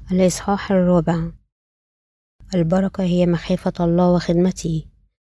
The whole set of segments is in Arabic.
الإصحاح 4. البركة هي مخافة الله وخدمته.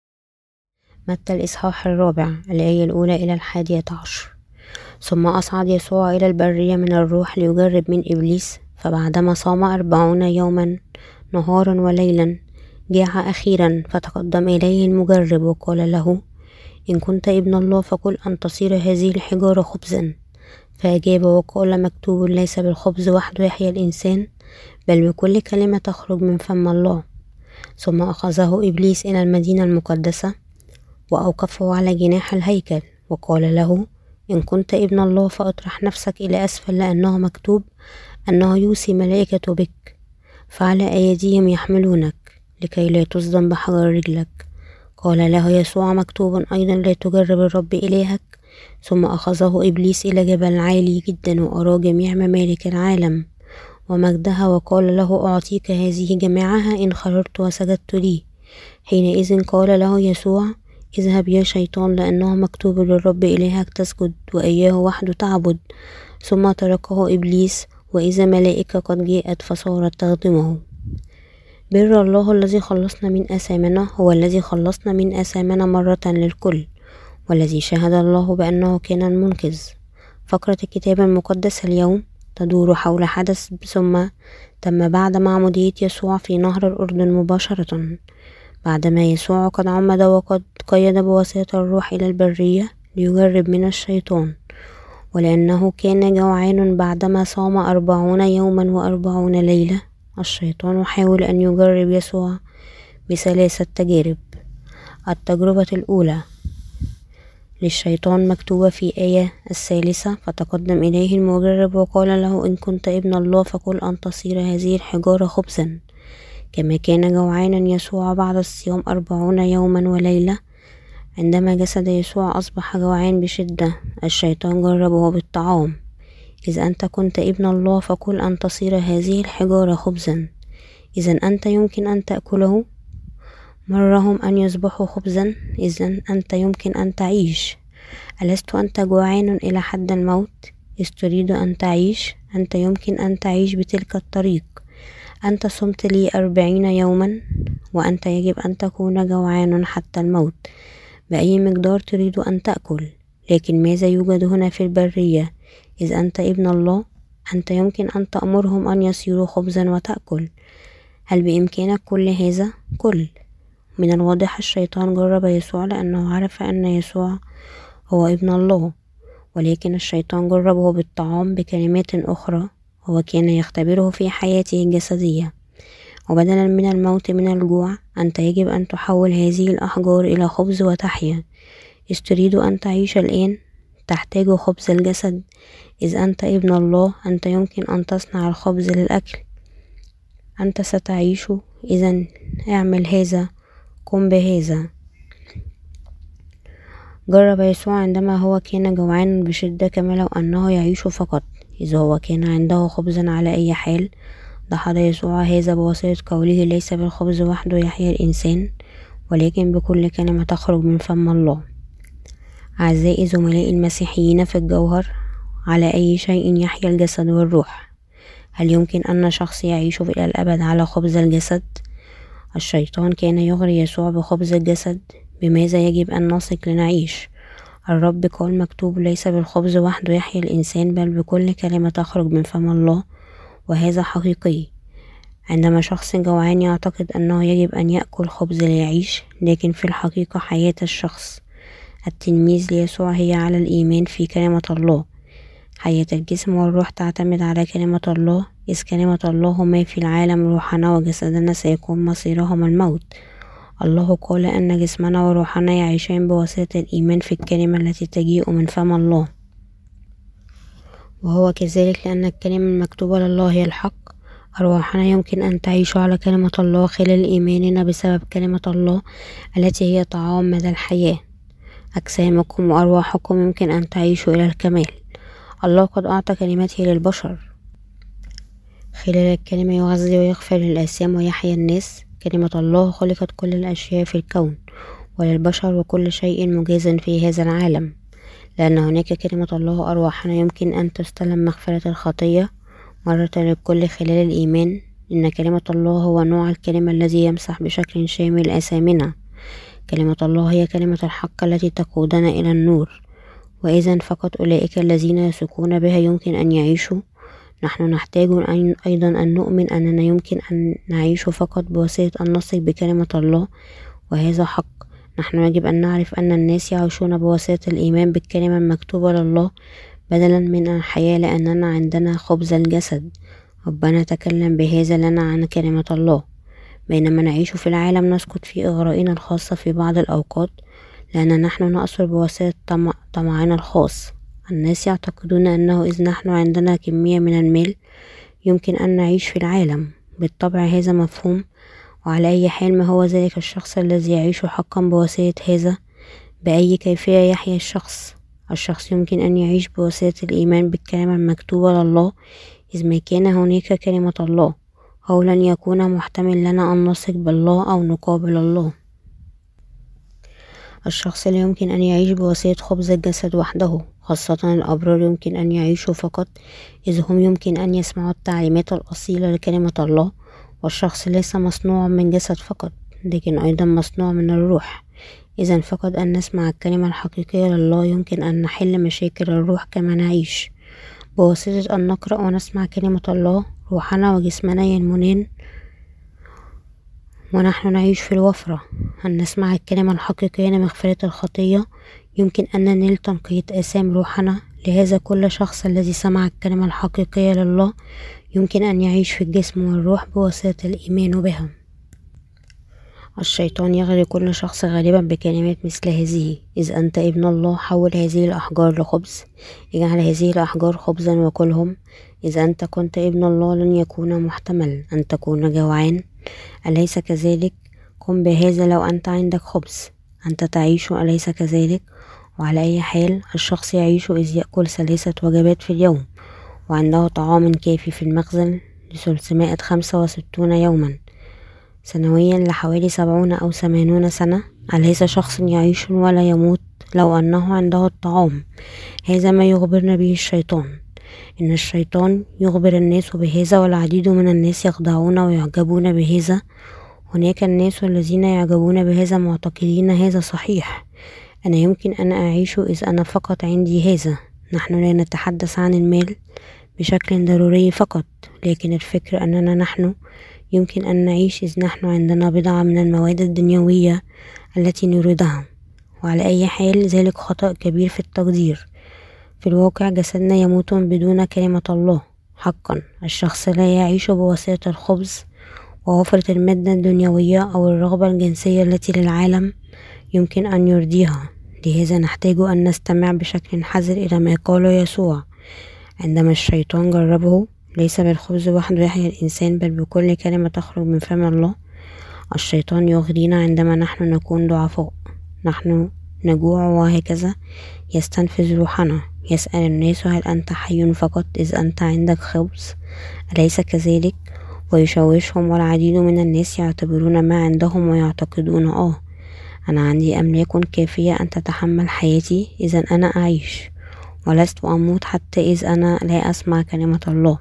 متى الإصحاح 4 الآية الأولى إلى 11. ثم أصعد يسوع إلى البرية من الروح ليجرب من إبليس، فبعدما صام 40 يوما نهارا وليلا جاع أخيرا، فتقدم إليه المجرب وقال له: إن كنت ابن الله فقل أن تصير هذه الحجارة خبزا. فأجاب وقال: مكتوب: ليس بالخبز وحده يحيى الإنسان، بل بكل كلمة تخرج من فم الله. ثم أخذه إبليس إلى المدينة المقدسة وأوقفه على جناح الهيكل وقال له: إن كنت ابن الله فاطرح نفسك إلى أسفل، لأنه مكتوب: أنه يوصي ملائكته بك فعلى أيديهم يحملونك لكي لا تصدم بحجر رجلك. قال له يسوع: مكتوب أيضا: لا تجرب الرب إلهك. ثم أخذه إبليس إلى جبل عالي جدا وأراه جميع ممالك العالم ومجدها، وقال له: أعطيك هذه جميعها إن خررت وسجدت لي. حينئذ قال له يسوع: اذهب يا شيطان، لأنه مكتوب: للرب إلهك تسجد وإياه وحده تعبد. ثم تركه إبليس، وإذا ملائكة قد جاءت فصارت تخدمه. بر الله الذي خلصنا من آثامنا هو الذي خلصنا من آثامنا مرة للكل، والذي شهد الله بأنه كان المنقذ. فقرة الكتاب المقدس اليوم تدور حول حدث ثم تم بعد معمودية يسوع في نهر الأردن مباشرة، بعدما يسوع قد عمد وقد قيد بواسطة الروح إلى البرية ليجرب من الشيطان، ولأنه كان جوعان بعدما صام 40 يوما و40 ليلة. الشيطان حاول أن يجرب يسوع ب3 تجارب. التجربة الأولى للشيطان مكتوبة في آية 3: فتقدم إليه المجرب وقال له: إن كنت ابن الله فقل أن تصير هذه الحجارة خبزا. كما كان جوعانا يسوع بعد الصيام 40 يوما وليلة، عندما جسد يسوع أصبح جوعان بشدة، الشيطان جربه بالطعام: إذا أنت كنت ابن الله فقل أن تصير هذه الحجارة خبزا. إذا أنت يمكن أن تأكله؟ مرهم أن يصبحوا خبزا. إذا أنت يمكن أن تعيش. ألست أنت جوعان إلى حد الموت؟ إذ تريد أن تعيش؟ أنت يمكن أن تعيش بتلك الطريق. أنت صمت لي 40 يوما، وأنت يجب أن تكون جوعان حتى الموت. بأي مقدار تريد أن تأكل؟ لكن ماذا يوجد هنا في البرية؟ إذا أنت ابن الله، أنت يمكن أن تأمرهم أن يصيروا خبزا وتأكل. هل بإمكانك كل هذا؟ كل. من الواضح الشيطان جرب يسوع لأنه عرف أن يسوع هو ابن الله، ولكن الشيطان جربه بالطعام. بكلمات أخرى، هو كان يختبره في حياته الجسدية. وبدلا من الموت من الجوع، أنت يجب أن تحول هذه الأحجار إلى خبز وتحيا. إذ تريد أن تعيش الآن، تحتاج خبز الجسد. إذ أنت ابن الله، أنت يمكن أن تصنع الخبز للأكل. أنت ستعيش. إذا اعمل هذا، قم بهذا. جرب يسوع عندما هو كان جوعان بشدة، كما لو أنه يعيش فقط. إذا هو كان عنده خبزا على أي حال، دحض يسوع هذا بواسطة قوله: ليس بالخبز وحده يحيى الإنسان، ولكن بكل كلمة تخرج من فم الله. أعزائي زملائي المسيحيين في الجوهر، على أي شيء يحيا الجسد والروح؟ هل يمكن أن شخص يعيش إلى الأبد على خبز الجسد؟ الشيطان كان يغري يسوع بخبز الجسد. بماذا يجب أن نثق لنعيش؟ الرب قال: مكتوب: ليس بالخبز وحده يحيى الإنسان، بل بكل كلمة تخرج من فم الله. وهذا حقيقي. عندما شخص جوعان يعتقد أنه يجب أن يأكل خبز ليعيش، لكن في الحقيقة حياة الشخص التلميذ ليسوع هي على الإيمان في كلمة الله. حياة الجسم والروح تعتمد على كلمة الله، إذ كلمة الله ما في العالم. روحنا وجسدنا سيكون مصيرهما الموت. الله قال أن جسمنا وروحنا يعيشان بواسطة الإيمان في الكلمة التي تجيء من فم الله، وهو كذلك لأن الكلمة المكتوبة لله هي الحق. أرواحنا يمكن أن تعيش على كلمة الله خلال إيماننا بسبب كلمة الله التي هي طعام مدى الحياة. أجسامكم وأرواحكم يمكن أن تعيشوا إلى الكمال. الله قد أعطى كلمته للبشر. خلال الكلمة يغذي ويغفر الآثام ويحيا الناس. كلمة الله خلقت كل الأشياء في الكون وللبشر وكل شيء مجاز في هذا العالم. لأن هناك كلمة الله، أرواحنا يمكن أن تستلم مغفرة الخطية مرة للكل خلال الإيمان إن كلمة الله هو نوع الكلمة الذي يمسح بشكل شامل آثامنا. كلمة الله هي كلمة الحق التي تقودنا إلى النور، وإذا فقط أولئك الذين يثقون بها يمكن أن يعيشوا. نحن نحتاج أيضا أن نؤمن أننا يمكن أن نعيش فقط بواسطة أن نثق بكلمة الله، وهذا حق. نحن يجب أن نعرف أن الناس يعيشون بواسطة الإيمان بالكلمة المكتوبة لله بدلا من الحياة، لأننا عندنا خبز الجسد. ربنا تكلم بهذا لنا عن كلمة الله. بينما نعيش في العالم نسقط في إغرائنا الخاصة في بعض الأوقات، لأن نحن نأثر بواسطة طمعنا الخاص. الناس يعتقدون أنه إذ نحن عندنا كمية من المال يمكن أن نعيش في العالم. بالطبع هذا مفهوم، وعلى أي حال ما هو ذلك الشخص الذي يعيش حقا بواسطة هذا؟ بأي كيفية يحيا الشخص يمكن أن يعيش بواسطة الإيمان بالكلمة المكتوبة لله. إذ ما كان هناك كلمة الله أو لن يكون محتمل لنا أن نثق بالله أو نقابل الله. الشخص لا يمكن أن يعيش بواسطة خبز الجسد وحده، خاصة الأبرار يمكن أن يعيشوا فقط إذ هم يمكن أن يسمعوا التعليمات الأصيلة لكلمة الله. والشخص ليس مصنوع من جسد فقط، لكن أيضا مصنوع من الروح. إذا فقط أن نسمع الكلمة الحقيقية لله يمكن أن نحل مشاكل الروح كما نعيش. بواسطة أن نقرأ ونسمع كلمة الله روحنا وجسمنا ينمونان ونحن نعيش في الوفرة. أن نسمع الكلمة الحقيقية لمغفرة الخطية يمكن أن ننال تنقية آثام روحنا. لهذا كل شخص الذي سمع الكلمة الحقيقية لله يمكن أن يعيش في الجسم والروح بواسطة الإيمان بها. الشيطان يغري كل شخص غالبا بكلمات مثل هذه: إذ أنت ابن الله حول هذه الأحجار لخبز، اجعل هذه الأحجار خبزا وكلهم. إذا أنت كنت ابن الله لن يكون محتمل أن تكون جوعان، أليس كذلك؟ قم بهذا لو أنت عندك خبز، أنت تعيش أليس كذلك؟ وعلى أي حال الشخص يعيش إذ يأكل 3 وجبات في اليوم وعنده طعام كافي في المخزن ل365 يوما سنويا لحوالي 70 أو 80 سنة. أليس شخص يعيش ولا يموت لو أنه عنده الطعام؟ هذا ما يخبرنا به الشيطان. إن الشيطان يخبر الناس بهذا، والعديد من الناس يخضعون ويعجبون بهذا. هناك الناس الذين يعجبون بهذا معتقدين هذا صحيح. أنا يمكن أن أعيش إذ أنا فقط عندي هذا. نحن لا نتحدث عن المال بشكل ضروري فقط، لكن الفكر أننا نحن يمكن أن نعيش إذ نحن عندنا بضعة من المواد الدنيوية التي نريدها. وعلى أي حال ذلك خطأ كبير في التقدير. في الواقع جسدنا يموت بدون كلمة الله. حقا الشخص لا يعيش بواسطة الخبز ووفرة المادة الدنيوية أو الرغبة الجنسية التي للعالم يمكن أن يرضيها. لهذا نحتاج أن نستمع بشكل حذر إلى ما قاله يسوع عندما الشيطان جربه: ليس بالخبز وحده يحيا الإنسان بل بكل كلمة تخرج من فم الله. الشيطان يغرينا عندما نحن نكون ضعفاء. نحن نجوع وهكذا يستنفذ روحنا. يسأل الناس: هل أنت حي فقط إذ أنت عندك خبز؟ أليس كذلك؟ ويشوشهم، والعديد من الناس يعتبرون ما عندهم ويعتقدون: أنا عندي أملاك كافية أن تتحمل حياتي، إذا أنا أعيش ولست أموت حتى إذ أنا لا أسمع كلمة الله.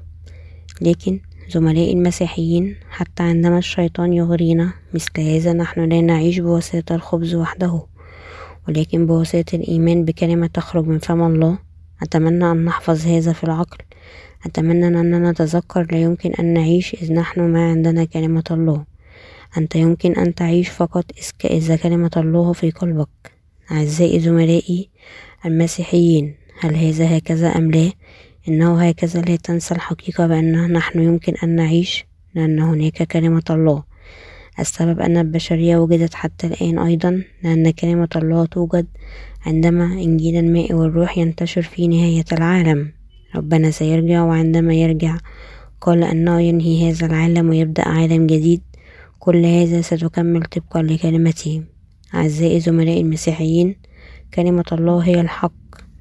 لكن زملائي المسيحيين، حتى عندما الشيطان يغرينا مثل هذا نحن لا نعيش بواسطة الخبز وحده، ولكن بواسطة الإيمان بكلمة تخرج من فم الله. أتمنى أن نحفظ هذا في العقل. أتمنى أننا نتذكر لا يمكن أن نعيش إذ نحن ما عندنا كلمة الله. أنت يمكن أن تعيش فقط إذا كلمة الله في قلبك. أعزائي زملائي المسيحيين، هل هذا هكذا أم لا؟ إنه هكذا. لا تنسى الحقيقة بأن نحن يمكن أن نعيش لأن هناك كلمة الله. السبب أن البشرية وجدت حتى الآن أيضا لأن كلمة الله توجد عندما إنجيل الماء والروح ينتشر في نهاية العالم. ربنا سيرجع، وعندما يرجع قال أنه ينهي هذا العالم ويبدأ عالم جديد. كل هذا ستكمل طبقا لكلمته. أعزائي زملائي المسيحيين، كلمة الله هي الحق.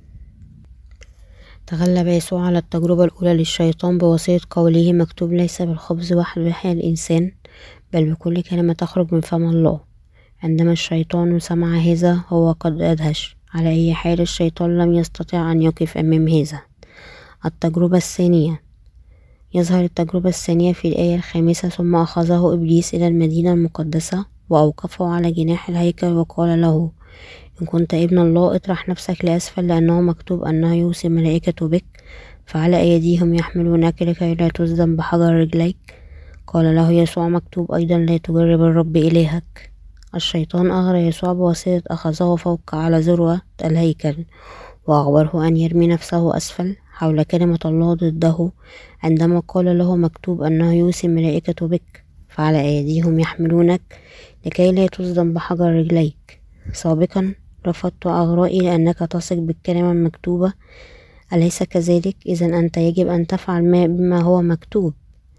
تغلب يسوع على التجربة الأولى للشيطان بواسطة قوله: مكتوب ليس بالخبز وحده يحيا الإنسان بل بكل كلمة تخرج من فم الله. عندما الشيطان سمع هذا هو قد أدهش. على أي حال الشيطان لم يستطع أن يقف أمام هذا. التجربة الثانية: يظهر التجربة الثانية في الآية 5: ثم أخذه إبليس إلى المدينة المقدسة وأوقفه على جناح الهيكل وقال له: إن كنت ابن الله اطرح نفسك لأسفل، لأنه مكتوب أنه يوصي ملائكته بك فعلى أيديهم يحملونك لكي لا تصدم بحجر رجليك. قال له يسوع: مكتوب أيضا: لا تجرب الرب إلهك. الشيطان أغرى يسوع بواسطة أخذه فوق على ذروة الهيكل وأخبره أن يرمي نفسه أسفل حول كلمة الله ضده، عندما قال له: مكتوب أنه يوصي ملائكته بك فعلى أيديهم يحملونك لكي لا تصدم بحجر رجليك. سابقا رفضت أغرائي لأنك تثق بالكلمة المكتوبة، أليس كذلك؟ إذن أنت يجب أن تفعل بما هو مكتوب.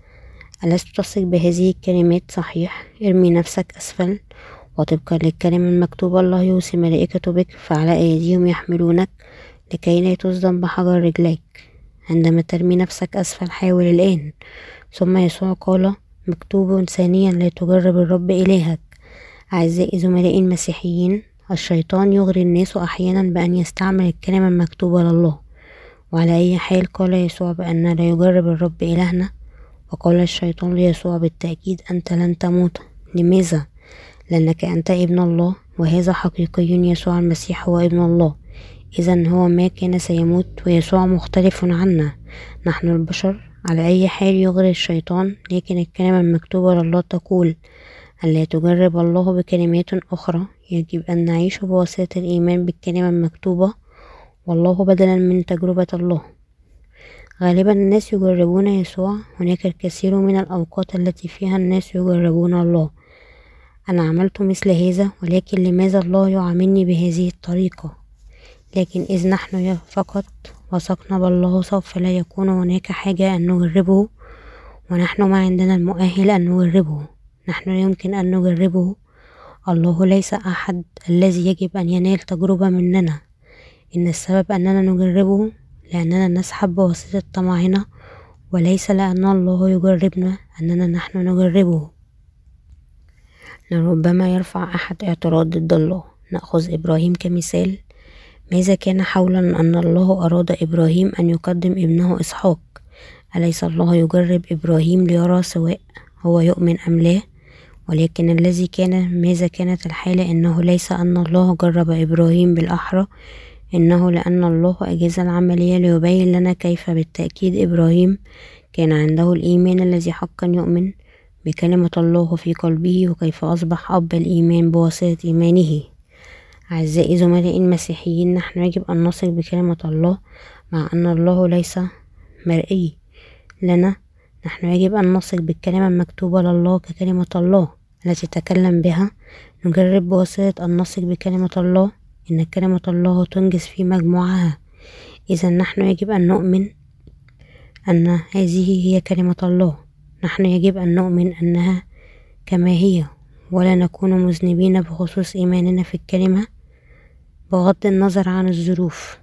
ألست تثق بهذه الكلمات؟ صحيح. ارمي نفسك أسفل، وطبقا للكلمة المكتوبة الله يوصي ملائكته بك فعلى أيديهم يحملونك لكي لا تصدم بحجر رجليك. عندما ترمي نفسك أسفل حاول الآن. ثم يسوع قال: مكتوب ثانيا: لا تجرب الرب إلهك. أعزائي زملائي المسيحيين، الشيطان يغري الناس أحيانا بأن يستعمل الكلمة المكتوبة لله. وعلى أي حال قال يسوع بأن لا يجرب الرب إلهنا. وقال الشيطان ليسوع: بالتأكيد أنت لن تموت. لماذا؟ لأنك أنت ابن الله، وهذا حقيقي. يسوع المسيح هو ابن الله، إذن هو ما كان سيموت، ويسوع مختلف عنا نحن البشر. على أي حال يغري الشيطان، لكن الكلمة المكتوبة لله تقول أن لا تجرب الله بكلمات أخرى. يجب أن نعيش بواسطة الإيمان بالكلمة المكتوبة والله بدلا من تجربة الله. غالبا الناس يجربون يسوع. هناك الكثير من الأوقات التي فيها الناس يجربون الله. أنا عملت مثل هذا، ولكن لماذا الله يعاملني بهذه الطريقة؟ لكن إذ نحن فقط وثقنا بالله سوف لا يكون هناك حاجة أن نجربه، ونحن ما عندنا المؤهل أن نجربه. نحن يمكن أن نجربه. الله ليس أحد الذي يجب أن ينال تجربة مننا. إن السبب أننا نجربه لأننا نسحب بواسطة طمعنا، وليس لأن الله يجربنا أننا نحن نجربه. لربما يرفع أحد اعتراض ضد الله. نأخذ إبراهيم كمثال. ماذا كان حولا أن الله أراد إبراهيم أن يقدم ابنه إسحاق؟ أليس الله يجرب إبراهيم ليرى سواء هو يؤمن أم لا؟ ولكن الذي كان، ماذا كانت الحالة؟ إنه ليس أن الله جرب إبراهيم بالأحرى، إنه لأن الله أجاز العملية ليبين لنا كيف بالتأكيد إبراهيم كان عنده الإيمان الذي حقا يؤمن بكلمة الله في قلبه، وكيف أصبح أب الإيمان بواسطة إيمانه. أعزائي زملائي المسيحيين، نحن يجب أن نثق بكلمة الله مع أن الله ليس مرئي لنا. نحن يجب أن نثق بالكلمة المكتوبة لله ككلمة الله التي تكلم بها. نجرب بواسطة أن نثق بكلمة الله إن كلمة الله تنجز في مجموعها. إذا نحن يجب أن نؤمن أن هذه هي كلمة الله. نحن يجب أن نؤمن أنها كما هي، ولا نكون مذنبين بخصوص إيماننا في الكلمة بغض النظر عن الظروف.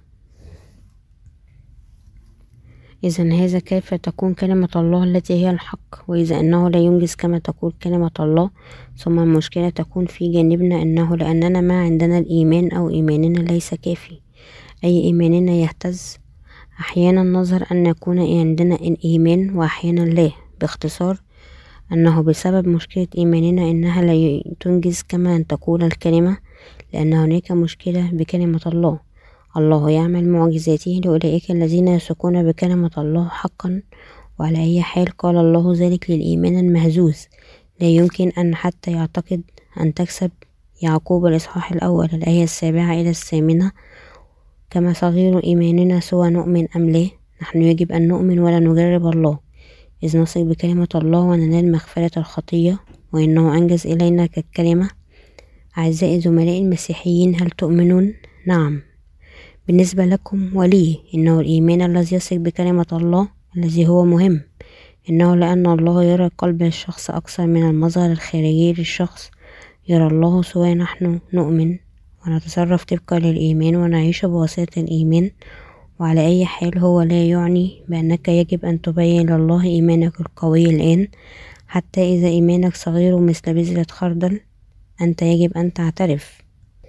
إذن هذا كيف تكون كلمة الله التي هي الحق، وإذا أنه لا ينجز كما تقول كلمة الله، ثم المشكلة تكون في جانبنا، أنه لأننا ما عندنا الإيمان أو إيماننا ليس كافي. أي إيماننا يهتز. أحيانا نظهر أن يكون عندنا الإيمان وأحيانا لا. باختصار أنه بسبب مشكلة إيماننا إنها لا تنجز كما أن تقول الكلمة، لأن هناك مشكلة بكلمة الله. الله يعمل معجزاته لأولئك الذين يثقون بكلمة الله حقا. وعلى أي حال قال الله ذلك للإيمان المهزوز. لا يمكن أن حتى يعتقد أن تكسب يعقوب الإصحاح الأول الآية 7 إلى 8: كما صغير إيماننا سوى نؤمن أم لا. نحن يجب أن نؤمن ولا نجرب الله، إذ نثق بكلمة الله وننال مغفرة الخطية، وإنه أنجز إلينا كالكلمة. أعزائي زملائي المسيحيين، هل تؤمنون؟ نعم. بالنسبة لكم ولي، إنه الإيمان الذي يثق بكلمة الله الذي هو مهم. إنه لأن الله يرى قلب الشخص أكثر من المظهر الخارجي للشخص. يرى الله سواء نحن نؤمن ونتصرف طبقا للإيمان ونعيش بواسطة الإيمان. وعلى أي حال هو لا يعني بأنك يجب أن تبين لله إيمانك القوي الآن. حتى إذا إيمانك صغير مثل بذرة خردل، أنت يجب أن تعترف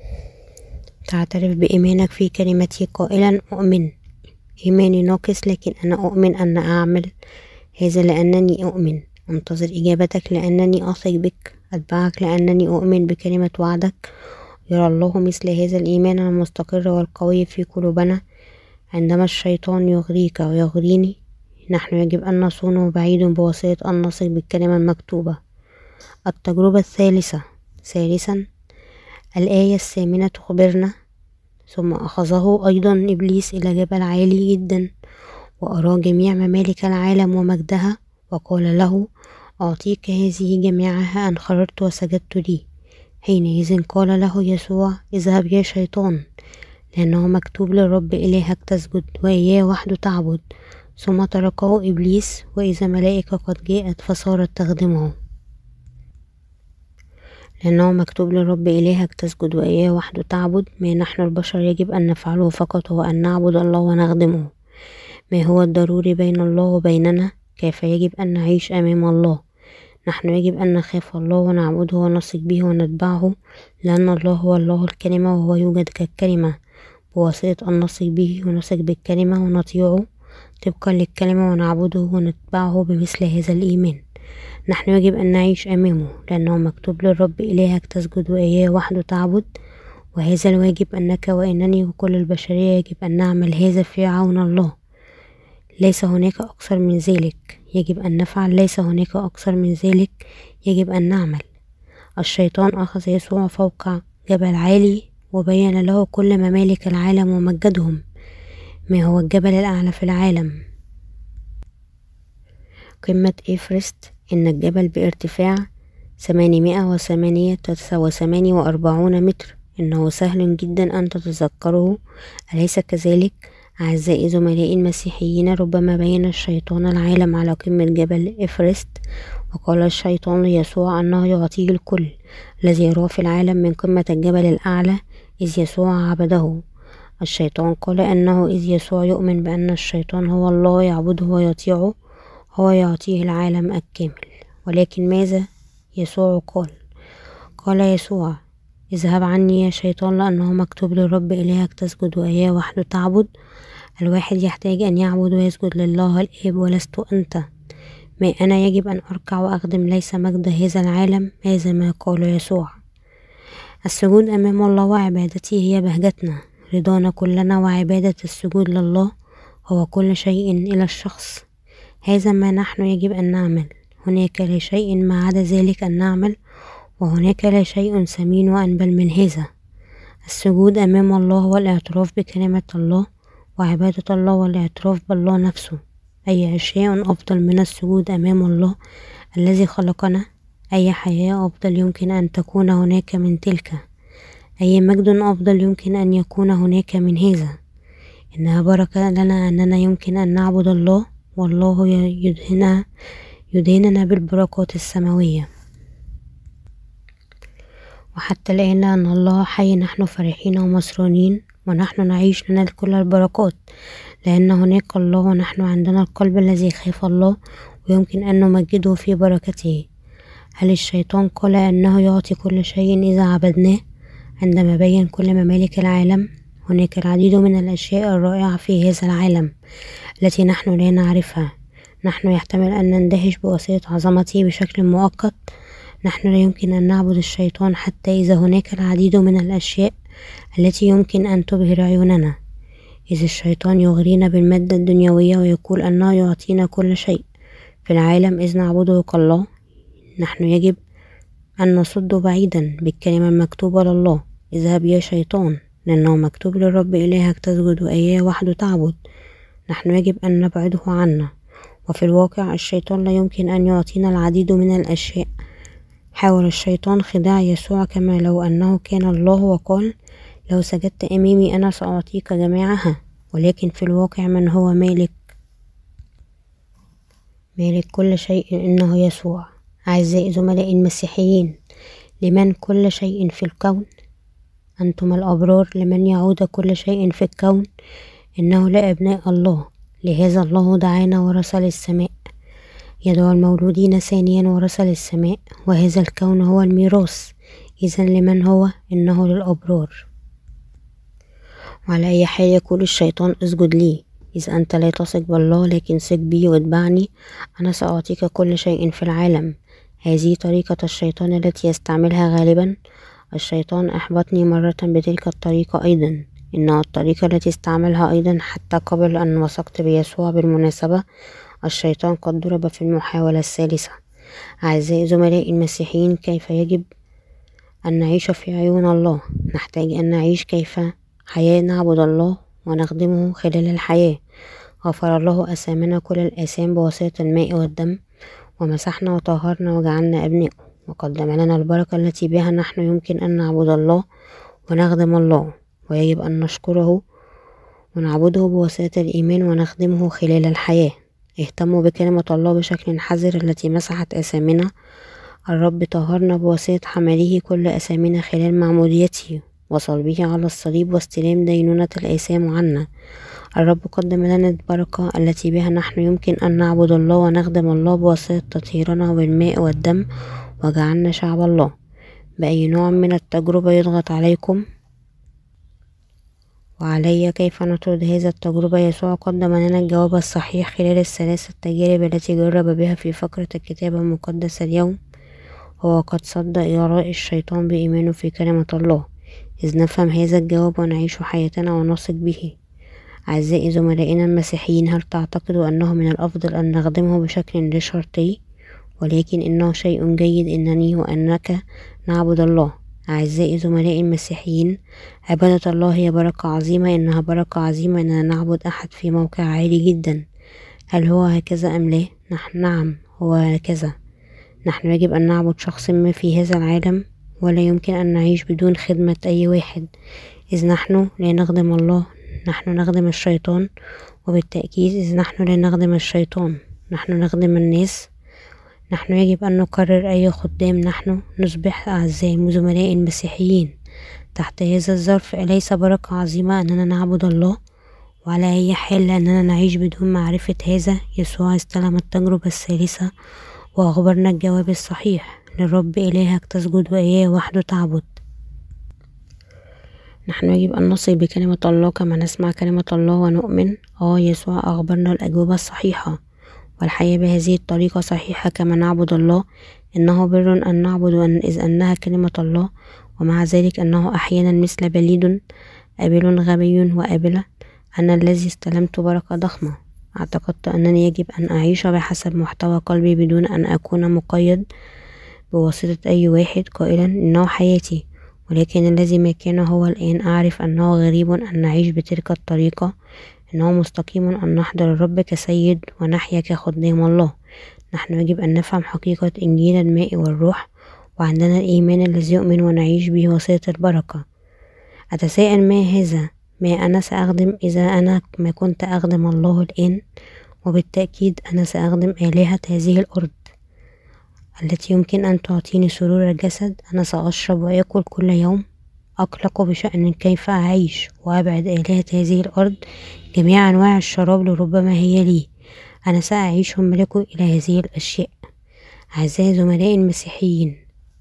بإيمانك في كلمته قائلا: أؤمن. إيماني ناقص، لكن أنا أؤمن أن أعمل هذا لأنني أؤمن. أنتظر إجابتك لأنني أثق بك. أتبعك لأنني أؤمن بكلمة وعدك. يرى الله مثل هذا الإيمان المستقر والقوي في قلوبنا. عندما الشيطان يغريك ويغريني، نحن يجب أن نصونه بعيد بواسطة أن نثق بالكلمة المكتوبة. التجربة الثالثة. ثالثا، الآية 8 تخبرنا: ثم أخذه أيضا إبليس إلى جبل عالي جدا وأرى جميع ممالك العالم ومجدها، وقال له: أعطيك هذه جميعها إن خررت وسجدت لي. حينئذ قال له يسوع: اذهب يا شيطان، لأنه مكتوب للرب إلهك تسجد وإياه وحده تعبد. ثم تركه إبليس، وإذا ملائكة قد جاءت فصارت تخدمه. لأنه مكتوب للرب إلهك تسجد وإياه وحده تعبد. ما نحن البشر يجب أن نفعله فقط هو أن نعبد الله ونخدمه. ما هو الضروري بين الله وبيننا؟ كيف يجب أن نعيش أمام الله؟ نحن يجب أن نخاف الله ونعبده ونثق به ونتبعه، لأن الله هو الله الكلمة، وهو يوجد كالكلمة. بواسطة أن نثق به ونثق بالكلمة ونطيعه طبقا للكلمة ونعبده ونتبعه بمثل هذا الإيمان، نحن يجب أن نعيش أمامه، لأنه مكتوب للرب إلهك تسجد وإياه وحده تعبد. وهذا الواجب أنك وإنني وكل البشرية يجب أن نعمل هذا في عون الله. ليس هناك أكثر من ذلك يجب أن نفعل. ليس هناك أكثر من ذلك يجب أن نعمل. الشيطان أخذ يسوع فوق جبل عالي وبين له كل ممالك العالم ومجدهم. ما هو الجبل الأعلى في العالم؟ قمة إيفرست. إن الجبل بارتفاع 848 متر. إنه سهل جدا أن تتذكره، أليس كذلك؟ أعزائي زملائي المسيحيين، ربما بين الشيطان العالم على قمة جبل إيفرست، وقال الشيطان ليسوع أنه يعطيه الكل الذي يراه في العالم من قمة الجبل الأعلى إذ يسوع عبده. الشيطان قال أنه إذ يسوع يؤمن بأن الشيطان هو الله يعبده ويطيعه، هو يعطيه العالم الكامل. ولكن ماذا يسوع قال؟ قال يسوع: اذهب عني يا شيطان، لأنه مكتوب للرب إلهك تسجد وإياه وحده تعبد. الواحد يحتاج أن يعبد ويسجد لله الآب ولست أنت. ما أنا يجب أن أركع وأخدم ليس مجد هذا العالم. هذا ما قال يسوع. السجود أمام الله وعبادته هي بهجتنا، رضانا كلنا، وعبادة السجود لله هو كل شيء إلى الشخص. هذا ما نحن يجب أن نعمل. هناك لا شيء ما عدا ذلك أن نعمل، وهناك لا شيء ثمين وأنبل من هذا. السجود أمام الله هو الاعتراف بكلمة الله وعبادة الله والاعتراف بالله نفسه. أي أشياء أفضل من السجود أمام الله الذي خلقنا؟ أي حياة أفضل يمكن أن تكون هناك من تلك؟ أي مجد أفضل يمكن أن يكون هناك من هذا؟ إنها بركة لنا أننا يمكن أن نعبد الله، والله يدهننا بالبركات السماوية. وحتى الآن لأن الله حي نحن فرحين ومسرورين، ونحن نعيش لنال كل البركات، لأن هناك الله ونحن عندنا القلب الذي يخاف الله ويمكن أن نمجده في بركته. هل الشيطان قال أنه يعطي كل شيء إذا عبدناه؟ عندما بين كل ممالك العالم، هناك العديد من الأشياء الرائعة في هذا العالم التي نحن لا نعرفها. نحن يحتمل أن نندهش بواسطة عظمته بشكل مؤقت. نحن لا يمكن أن نعبد الشيطان حتى إذا هناك العديد من الأشياء التي يمكن أن تبهر عيوننا. إذ الشيطان يغرينا بالمادة الدنيوية ويقول أنه يعطينا كل شيء في العالم إذ نعبده كالله، نحن يجب أن نصد بعيدا بالكلمة المكتوبة لله: اذهب يا شيطان، لأنه مكتوب للرب إلهك تسجد وإياه وحده تعبد. نحن يجب أن نبعده عنا. وفي الواقع الشيطان لا يمكن أن يعطينا العديد من الأشياء. حاول الشيطان خداع يسوع كما لو أنه كان الله وقال: لو سجدت أمامي أنا سأعطيك جميعها. ولكن في الواقع من هو مالك كل شيء؟ إنه يسوع. أعزائي زملائي المسيحيين، لمن كل شيء في الكون؟ أنتم الأبرار. لمن يعود كل شيء في الكون؟ إنه لأبناء الله. لهذا الله دعانا ورسل السماء. يدعو المولودين ثانيا ورسل السماء، وهذا الكون هو الميراث. إذن لمن هو؟ إنه للأبرار. وعلى أي حال يقول الشيطان: اسجد لي. إذ أنت لا تثق بالله لكن ثق بي واتبعني، أنا سأعطيك كل شيء في العالم. هذه طريقة الشيطان التي يستعملها غالبا. الشيطان أحبطني مرة بتلك الطريقة أيضا، إنها الطريقة التي استعملها أيضا حتى قبل أن وثقت بيسوع. بالمناسبة، الشيطان قد ضرب في المحاولة الثالثة. أعزائي زملائي المسيحيين، كيف يجب أن نعيش في عيون الله؟ نحتاج أن نعيش كيف حياة نعبد الله ونخدمه خلال الحياة. غفر الله أثامنا كل الآثام بواسطة الماء والدم، ومسحنا وطهرنا وجعلنا أبنائه، وقدم لنا البركة التي بها نحن يمكن أن نعبد الله ونخدم الله، ويجب أن نشكره ونعبده بواسطة الإيمان ونخدمه خلال الحياة. اهتموا بكلمة الله بشكل حذر التي مسحت آثامنا. الرب طهرنا بواسطة حمله كل آثامنا خلال معموديته وصلبه على الصليب واستلام دينونة الآثام عنا. الرب قدم لنا البركة التي بها نحن يمكن أن نعبد الله ونخدم الله بواسطة تطهيرنا بالماء والدم وجعلنا شعب الله. بأي نوع من التجربة يضغط عليكم وعلي كيف نطرد هذا التجربة؟ يسوع قدم لنا الجواب الصحيح خلال الثلاث التجارب التي جرب بها في فقرة الكتاب المقدس اليوم. هو قد صد إغراء الشيطان بإيمانه في كلمة الله. إذ نفهم هذا الجواب ونعيش حياتنا ونثق به. أعزائي زملائنا المسيحيين، هل تعتقدوا أنه من الأفضل أن نخدمه بشكل لا شرطي؟ ولكن إنه شيء جيد أنني وأنك نعبد الله. أعزائي زملائي المسيحيين، عبادة الله هي بركة عظيمة. إنها بركة عظيمة أننا نعبد أحد في موقع عالي جدا. هل هو هكذا أم لا؟ نعم، هو هكذا. نحن يجب أن نعبد شخص ما في هذا العالم، ولا يمكن أن نعيش بدون خدمة أي واحد. إذ نحن لا نخدم الله، نحن نخدم الشيطان. وبالتأكيد إذ نحن لا نخدم الشيطان، نحن نخدم الناس. نحن يجب أن نقرر أي خدام نحن نصبح. أعزائي زملائي المسيحيين، تحت هذا الظرف أليس بركة عظيمة أننا نعبد الله؟ وعلى أي حال لأننا نعيش بدون معرفة هذا. يسوع استلم التجربة الثالثة وأخبرنا الجواب الصحيح: للرب إلهك تسجد وإياه وحده تعبد. نحن يجب أن نثق بكلمة الله كما نسمع كلمة الله ونؤمن. يسوع أخبرنا الأجوبة الصحيحة، والحياة بهذه الطريقة صحيحة كما نعبد الله. إنه بر أن نعبد إذ أنها كلمة الله، ومع ذلك أنه أحيانا مثل بليد أبل غبي وأبلة. أنا الذي استلمت بركة ضخمة. اعتقدت أنني يجب أن أعيش بحسب محتوى قلبي بدون أن أكون مقيد بواسطة أي واحد قائلا إنه حياتي. ولكن الذي ما كان هو الآن. أعرف أنه غريب أن نعيش بتلك الطريقة. إنه مستقيم أن نحضر الرب كسيد ونحيا كخدام الله. نحن يجب أن نفهم حقيقة إنجيل الماء والروح، وعندنا الإيمان الذي يؤمن ونعيش به وسيلة البركة. أتساءل ما أنا سأخدم إذا أنا ما كنت أخدم الله الآن؟ وبالتأكيد أنا سأخدم آلهة هذه الأرض التي يمكن أن تعطيني سرور الجسد. أنا سأشرب وأكل كل يوم، أقلق بشأن كيف أعيش، وأبعد آلهة هذه الأرض جميع أنواع الشراب لربما هي لي. أنا سأعيش وأملك إلى هذه الأشياء. أعزائي زملائي المسيحيين،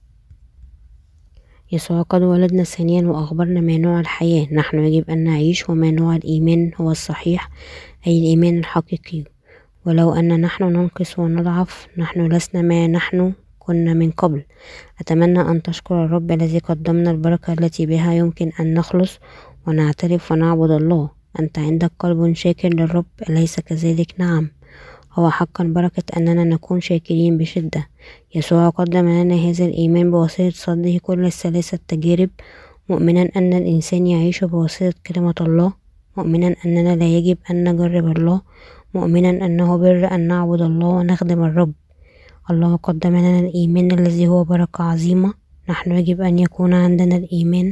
يسوع قد ولدنا ثانيا وأخبرنا ما نوع الحياة نحن يجب أن نعيش، وما نوع الإيمان هو الصحيح، أي الإيمان الحقيقي. ولو أن نحن ننقص ونضعف، نحن لسنا ما نحن كنا من قبل. أتمنى أن تشكر الرب الذي قدمنا البركة التي بها يمكن أن نخلص ونعترف ونعبد الله. أنت عندك قلب شاكر للرب، أليس كذلك؟ نعم، هو حقا بركة أننا نكون شاكرين بشدة. يسوع قدم لنا هذا الإيمان بواسطة صده كل الثلاثة التجارب، مؤمنا أن الإنسان يعيش بواسطة كلمة الله، مؤمنا أننا لا يجب أن نجرب الله، مؤمنا أنه بر أن نعبد الله ونخدم الرب. الله قدم لنا الإيمان الذي هو بركة عظيمة. نحن يجب أن يكون عندنا الإيمان.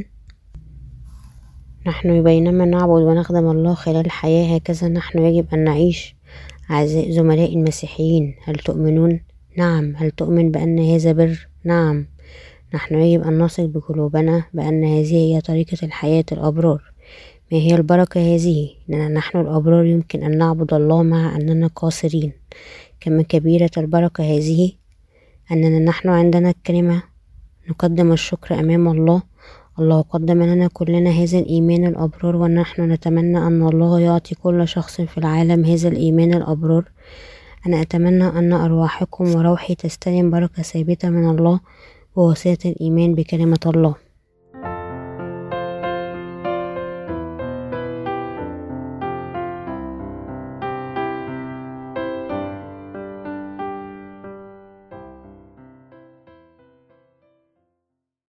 نحن بينما نعبد ونخدم الله خلال الحياة، هكذا نحن يجب أن نعيش. أعزائي زملائي المسيحيين، هل تؤمنون؟ نعم. هل تؤمن بأن هذا بر؟ نعم. نحن يجب أن نثق بقلوبنا بأن هذه هي طريقة الحياة الأبرار. ما هي البركة هذه؟ أننا نحن الأبرار يمكن أن نعبد الله مع أننا قاصرين. كما كبيرة البركة هذه أننا نحن عندنا الكلمة نقدم الشكر أمام الله. الله قدم لنا كلنا هذا الإيمان الأبرار، ونحن نتمنى أن الله يعطي كل شخص في العالم هذا الإيمان الأبرار. أنا أتمنى أن أرواحكم وروحي تستلم بركة ثابتة من الله بواسطة الإيمان بكلمة الله.